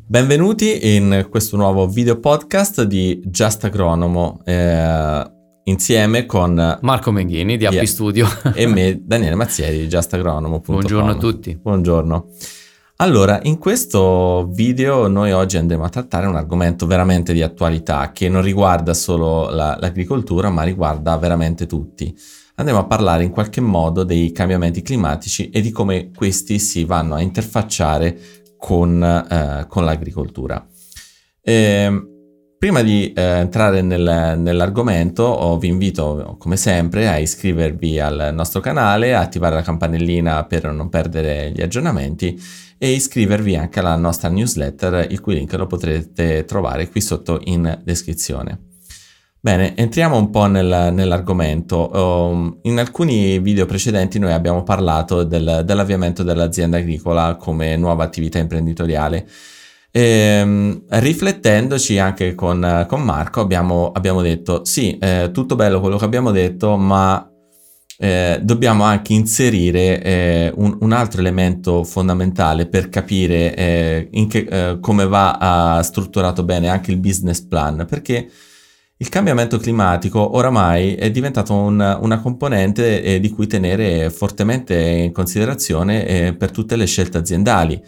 Benvenuti in questo nuovo video podcast di Just Agronomo, insieme con Marco Menghini di Appi Studio e me, Daniele Mazzieri di justagronomo.com. Buongiorno a tutti. Buongiorno. Allora, in questo video noi oggi andremo a trattare un argomento veramente di attualità che non riguarda solo l'agricoltura, ma riguarda veramente tutti. Andremo a parlare in qualche modo dei cambiamenti climatici e di come questi si vanno a interfacciare con l'agricoltura. Prima di entrare nell'argomento, vi invito come sempre a iscrivervi al nostro canale, a attivare la campanellina per non perdere gli aggiornamenti e iscrivervi anche alla nostra newsletter, il cui link lo potrete trovare qui sotto in descrizione. Bene, entriamo un po' nell'argomento. In alcuni video precedenti noi abbiamo parlato dell'avviamento dell'azienda agricola come nuova attività imprenditoriale. Riflettendoci anche con Marco abbiamo detto sì, tutto bello quello che abbiamo detto, ma dobbiamo anche inserire un altro elemento fondamentale per capire come va strutturato bene anche il business plan, perché il cambiamento climatico oramai è diventato una componente di cui tenere fortemente in considerazione per tutte le scelte aziendali.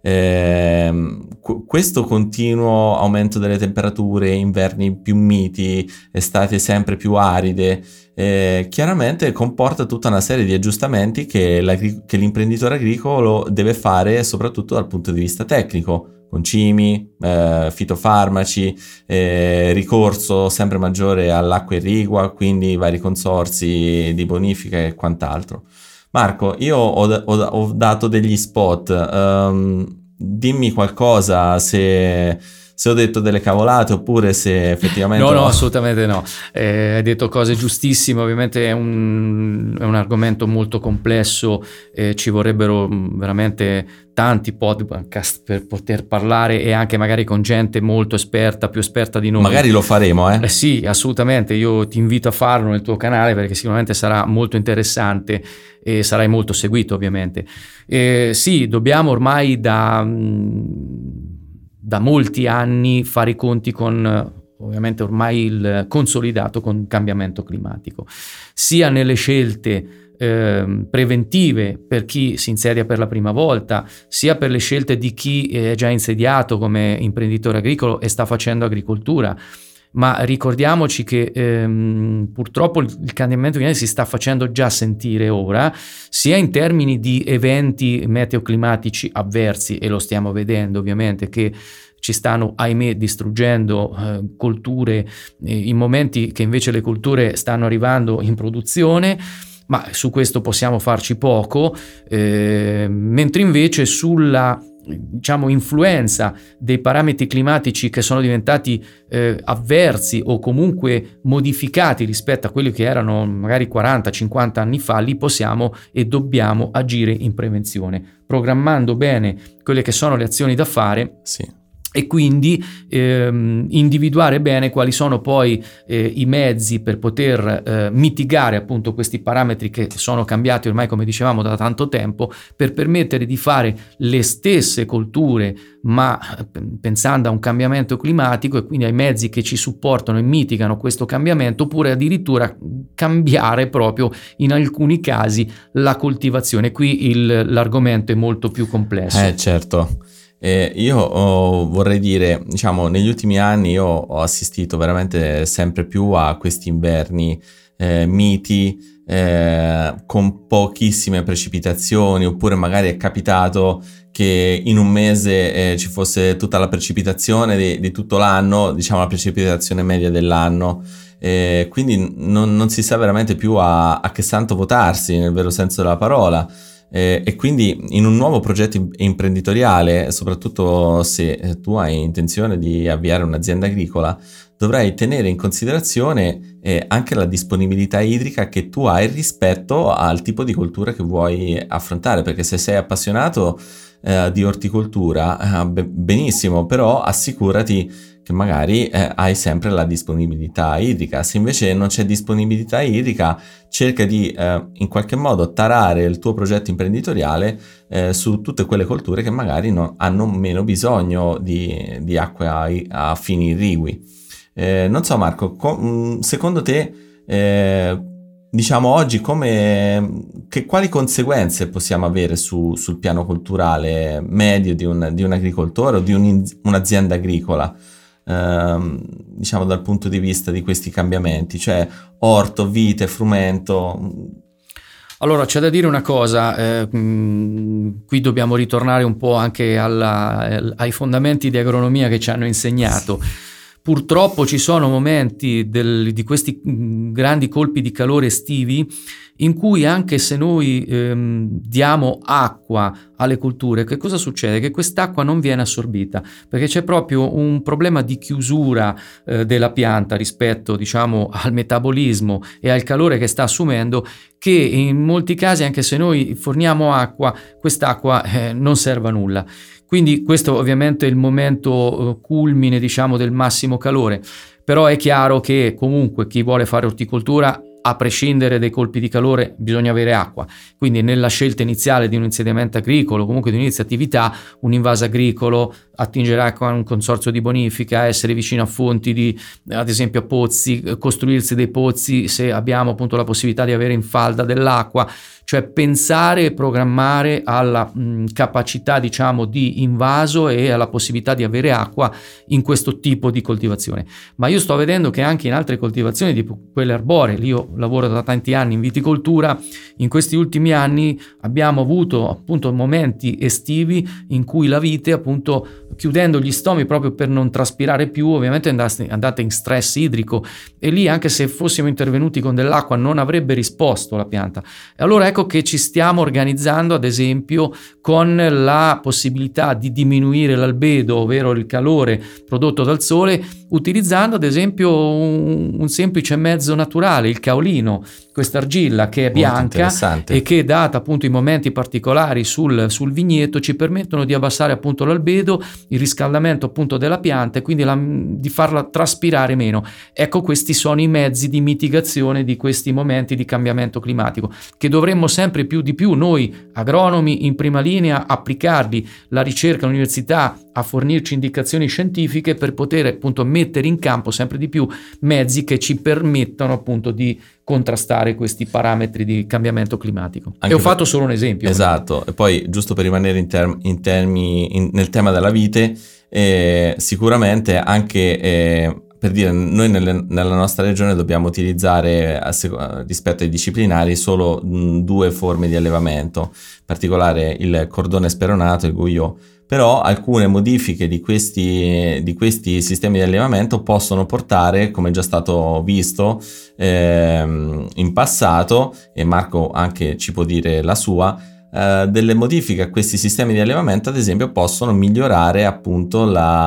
Questo continuo aumento delle temperature, inverni più miti, estati sempre più aride, chiaramente comporta tutta una serie di aggiustamenti che l'imprenditore agricolo deve fare soprattutto dal punto di vista tecnico. Concimi, fitofarmaci, ricorso sempre maggiore all'acqua irrigua, quindi vari consorzi di bonifica e quant'altro. Marco, io ho dato degli spot, dimmi qualcosa se ho detto delle cavolate oppure se effettivamente... No, assolutamente no. Hai detto cose giustissime, ovviamente è un argomento molto complesso, ci vorrebbero veramente tanti podcast per poter parlare e anche magari con gente molto esperta, più esperta di noi. Magari lo faremo, Sì, assolutamente, io ti invito a farlo nel tuo canale perché sicuramente sarà molto interessante e sarai molto seguito ovviamente. Sì, dobbiamo ormai da molti anni fare i conti con ovviamente ormai il consolidato con il cambiamento climatico, sia nelle scelte preventive per chi si insedia per la prima volta, sia per le scelte di chi è già insediato come imprenditore agricolo e sta facendo agricoltura. Ma ricordiamoci che purtroppo il cambiamento climatico si sta facendo già sentire ora, sia in termini di eventi meteoclimatici avversi, e lo stiamo vedendo ovviamente che ci stanno, ahimè, distruggendo colture in momenti che invece le colture stanno arrivando in produzione, ma su questo possiamo farci poco, mentre invece sulla influenza dei parametri climatici che sono diventati avversi o comunque modificati rispetto a quelli che erano magari 40-50 anni fa, lì possiamo e dobbiamo agire in prevenzione, programmando bene quelle che sono le azioni da fare. Sì. E quindi individuare bene quali sono poi i mezzi per poter mitigare appunto questi parametri che sono cambiati ormai, come dicevamo, da tanto tempo, per permettere di fare le stesse colture ma pensando a un cambiamento climatico e quindi ai mezzi che ci supportano e mitigano questo cambiamento, oppure addirittura cambiare proprio in alcuni casi la coltivazione. Qui l'argomento è molto più complesso. Certo. Io vorrei dire, negli ultimi anni io ho assistito veramente sempre più a questi inverni miti, con pochissime precipitazioni, oppure magari è capitato che in un mese ci fosse tutta la precipitazione di tutto l'anno, la precipitazione media dell'anno. Quindi non si sa veramente più a che santo votarsi, nel vero senso della parola. E quindi in un nuovo progetto imprenditoriale, soprattutto se tu hai intenzione di avviare un'azienda agricola, dovrai tenere in considerazione anche la disponibilità idrica che tu hai rispetto al tipo di coltura che vuoi affrontare, perché se sei appassionato di orticoltura, benissimo, però assicurati che magari hai sempre la disponibilità idrica. Se invece non c'è disponibilità idrica, cerca di in qualche modo tarare il tuo progetto imprenditoriale su tutte quelle colture che magari hanno meno bisogno di acqua a fini irrigui. Non so Marco, secondo te diciamo oggi quali conseguenze possiamo avere sul piano culturale medio di un agricoltore o di un'azienda agricola, diciamo dal punto di vista di questi cambiamenti, cioè orto, vite, frumento? Allora c'è da dire una cosa, qui dobbiamo ritornare un po' anche ai fondamenti di agronomia che ci hanno insegnato. Purtroppo ci sono momenti di questi grandi colpi di calore estivi in cui, anche se noi diamo acqua alle colture, che cosa succede? Che quest'acqua non viene assorbita, perché c'è proprio un problema di chiusura della pianta rispetto, diciamo, al metabolismo e al calore che sta assumendo, che in molti casi, anche se noi forniamo acqua, quest'acqua non serve a nulla. Quindi questo ovviamente è il momento culmine, diciamo, del massimo calore, però è chiaro che comunque chi vuole fare orticoltura, a prescindere dai colpi di calore, bisogna avere acqua. Quindi nella scelta iniziale di un insediamento agricolo, comunque di un'inizio attività, un invaso agricolo, attingerà con un consorzio di bonifica, essere vicino a fonti ad esempio a pozzi, costruirsi dei pozzi se abbiamo appunto la possibilità di avere in falda dell'acqua, cioè pensare e programmare alla capacità, diciamo, di invaso e alla possibilità di avere acqua in questo tipo di coltivazione. Ma io sto vedendo che anche in altre coltivazioni, tipo quelle arboree, io lavoro da tanti anni in viticoltura, in questi ultimi anni abbiamo avuto appunto momenti estivi in cui la vite, appunto, chiudendo gli stomi proprio per non traspirare più, ovviamente è andata in stress idrico, e lì, anche se fossimo intervenuti con dell'acqua, non avrebbe risposto la pianta. E allora ecco che ci stiamo organizzando, ad esempio, con la possibilità di diminuire l'albedo, ovvero il calore prodotto dal sole, utilizzando ad esempio un semplice mezzo naturale, il caolino, questa argilla che è bianca e che, data appunto in momenti particolari sul vigneto, ci permettono di abbassare appunto l'albedo, il riscaldamento appunto della pianta, e quindi di farla traspirare meno. Ecco, questi sono i mezzi di mitigazione di questi momenti di cambiamento climatico, che dovremmo sempre più di più noi agronomi in prima linea applicarli, la ricerca, l'università a fornirci indicazioni scientifiche per poter appunto mettere in campo sempre di più mezzi che ci permettano appunto di contrastare questi parametri di cambiamento climatico. Anche fatto solo un esempio. Esatto, e poi giusto per rimanere nel tema della vite, sicuramente anche per dire, noi nella nostra regione dobbiamo utilizzare rispetto ai disciplinari solo 2 forme di allevamento, in particolare il cordone speronato e il gouillot. Però alcune modifiche di questi sistemi di allevamento possono portare, come già stato visto in passato, e Marco anche ci può dire la sua, delle modifiche a questi sistemi di allevamento, ad esempio, possono migliorare appunto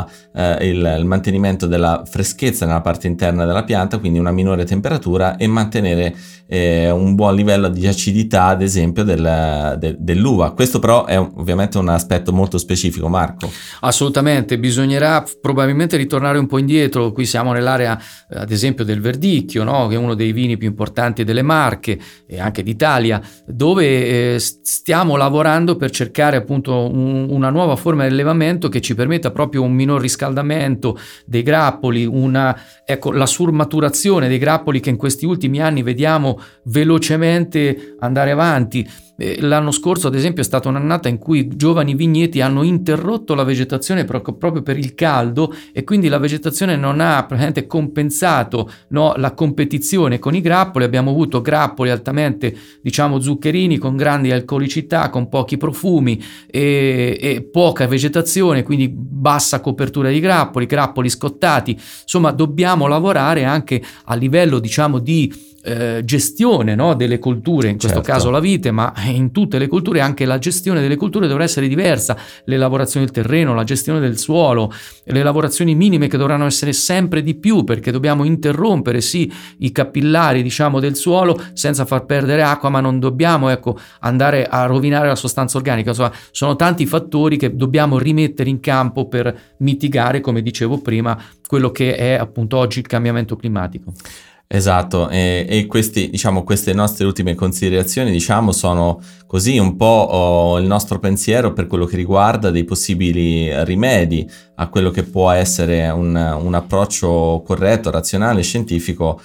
il mantenimento della freschezza nella parte interna della pianta, quindi una minore temperatura, e mantenere un buon livello di acidità, ad esempio, dell'uva. Questo però è ovviamente un aspetto molto specifico, Marco. Assolutamente, bisognerà probabilmente ritornare un po' indietro. Qui siamo nell'area, ad esempio, del Verdicchio, no? Che è uno dei vini più importanti delle Marche e anche d'Italia, dove stiamo lavorando per cercare appunto una nuova forma di allevamento che ci permetta proprio un minor riscaldamento dei grappoli, la surmaturazione dei grappoli che in questi ultimi anni vediamo velocemente andare avanti. L'anno scorso, ad esempio, è stata un'annata in cui giovani vigneti hanno interrotto la vegetazione proprio per il caldo, e quindi la vegetazione non ha praticamente compensato, no, la competizione con i grappoli. Abbiamo avuto grappoli altamente, diciamo, zuccherini, con grandi alcolicità, con pochi profumi e poca vegetazione, quindi bassa copertura di grappoli scottati. Insomma, dobbiamo lavorare anche a livello, diciamo, di gestione, no, delle colture, in questo Certo. caso la vite, ma in tutte le colture anche la gestione delle colture dovrà essere diversa, le lavorazioni del terreno, la gestione del suolo, le lavorazioni minime che dovranno essere sempre di più, perché dobbiamo interrompere sì i capillari, diciamo, del suolo senza far perdere acqua, ma non dobbiamo, ecco, andare a rovinare la sostanza organica. Insomma, sono tanti fattori che dobbiamo rimettere in campo per mitigare, come dicevo prima, quello che è appunto oggi il cambiamento climatico. Esatto, e questi, diciamo, queste nostre ultime considerazioni, diciamo, sono così un po' il nostro pensiero per quello che riguarda dei possibili rimedi a quello che può essere un approccio corretto, razionale, scientifico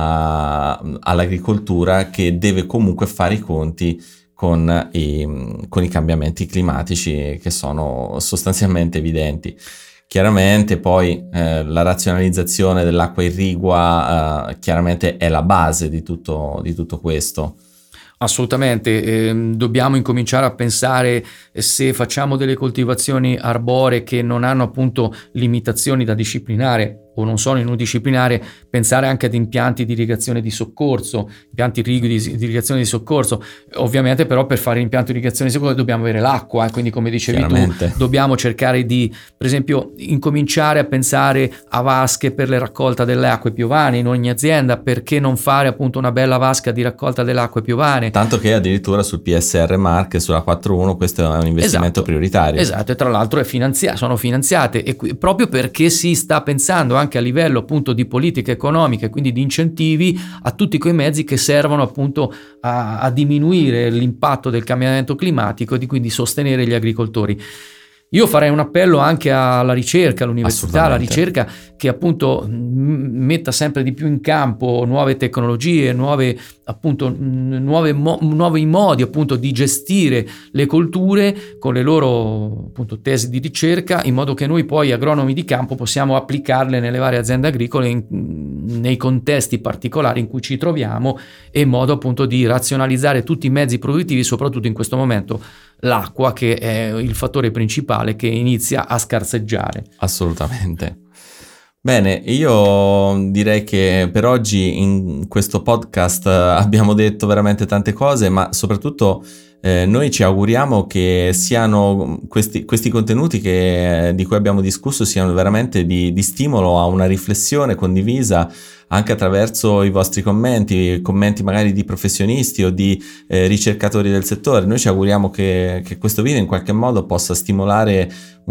all'agricoltura, che deve comunque fare i conti con i cambiamenti climatici, che sono sostanzialmente evidenti. Chiaramente poi la razionalizzazione dell'acqua irrigua chiaramente è la base di tutto questo. Assolutamente, dobbiamo incominciare a pensare, se facciamo delle coltivazioni arboree che non hanno appunto limitazioni da disciplinare o non sono in un disciplinare, pensare anche ad impianti di irrigazione di soccorso, impianti irrigui di irrigazione di soccorso. Ovviamente però per fare impianti di irrigazione di soccorso dobbiamo avere l'acqua, quindi come dicevi tu dobbiamo cercare di, per esempio, incominciare a pensare a vasche per la raccolta delle acque piovane in ogni azienda. Perché non fare appunto una bella vasca di raccolta delle acque piovane? Tanto che addirittura sul PSR Marche, sulla 4.1, questo è un investimento prioritario. Esatto, e tra l'altro sono finanziate, e proprio perché si sta pensando anche a livello appunto di politica economica e quindi di incentivi a tutti quei mezzi che servono appunto a diminuire l'impatto del cambiamento climatico e di quindi sostenere gli agricoltori. Io farei un appello anche alla ricerca, all'università, alla ricerca che appunto metta sempre di più in campo nuove tecnologie, nuovi modi appunto di gestire le colture con le loro appunto tesi di ricerca, in modo che noi poi agronomi di campo possiamo applicarle nelle varie aziende agricole nei contesti particolari in cui ci troviamo, e in modo appunto di razionalizzare tutti i mezzi produttivi, soprattutto in questo momento l'acqua, che è il fattore principale che inizia a scarseggiare. Assolutamente. Bene, io direi che per oggi in questo podcast abbiamo detto veramente tante cose, ma soprattutto noi ci auguriamo che siano questi contenuti di cui abbiamo discusso siano veramente di stimolo a una riflessione condivisa, anche attraverso i vostri commenti magari di professionisti o di ricercatori del settore. Noi ci auguriamo che questo video in qualche modo possa stimolare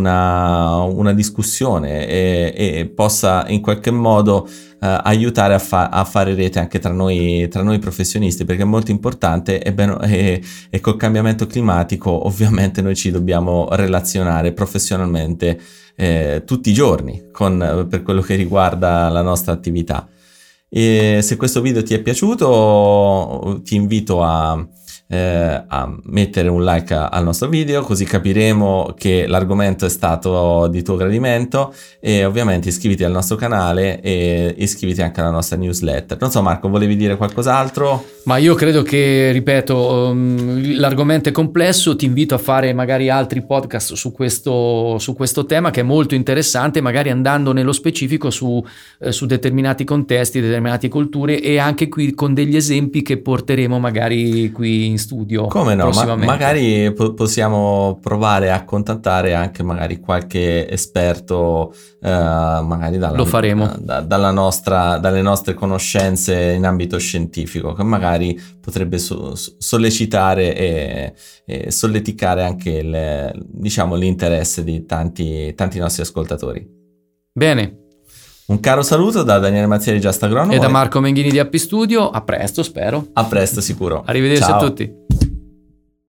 una discussione e possa in qualche modo aiutare a fare rete anche tra noi professionisti, perché è molto importante e col cambiamento climatico ovviamente noi ci dobbiamo relazionare professionalmente tutti i giorni per quello che riguarda la nostra attività. E se questo video ti è piaciuto, ti invito a mettere un like al nostro video, così capiremo che l'argomento è stato di tuo gradimento, e ovviamente iscriviti al nostro canale e iscriviti anche alla nostra newsletter. Non so, Marco, volevi dire qualcos'altro? Ma io credo che, ripeto, l'argomento è complesso, ti invito a fare magari altri podcast su questo tema, che è molto interessante, magari andando nello specifico su determinati contesti, determinate culture, e anche qui con degli esempi che porteremo magari qui in studio. Come no, magari possiamo provare a contattare anche magari qualche esperto, magari lo faremo dalle nostre conoscenze in ambito scientifico, che magari potrebbe sollecitare e solleticare anche l'interesse di tanti nostri ascoltatori. Bene. Un caro saluto da Daniele Mazzieri, Just Agronomo, e da Marco Menghini di Appistudio. A presto, spero. A presto, sicuro. Arrivederci. Ciao a tutti.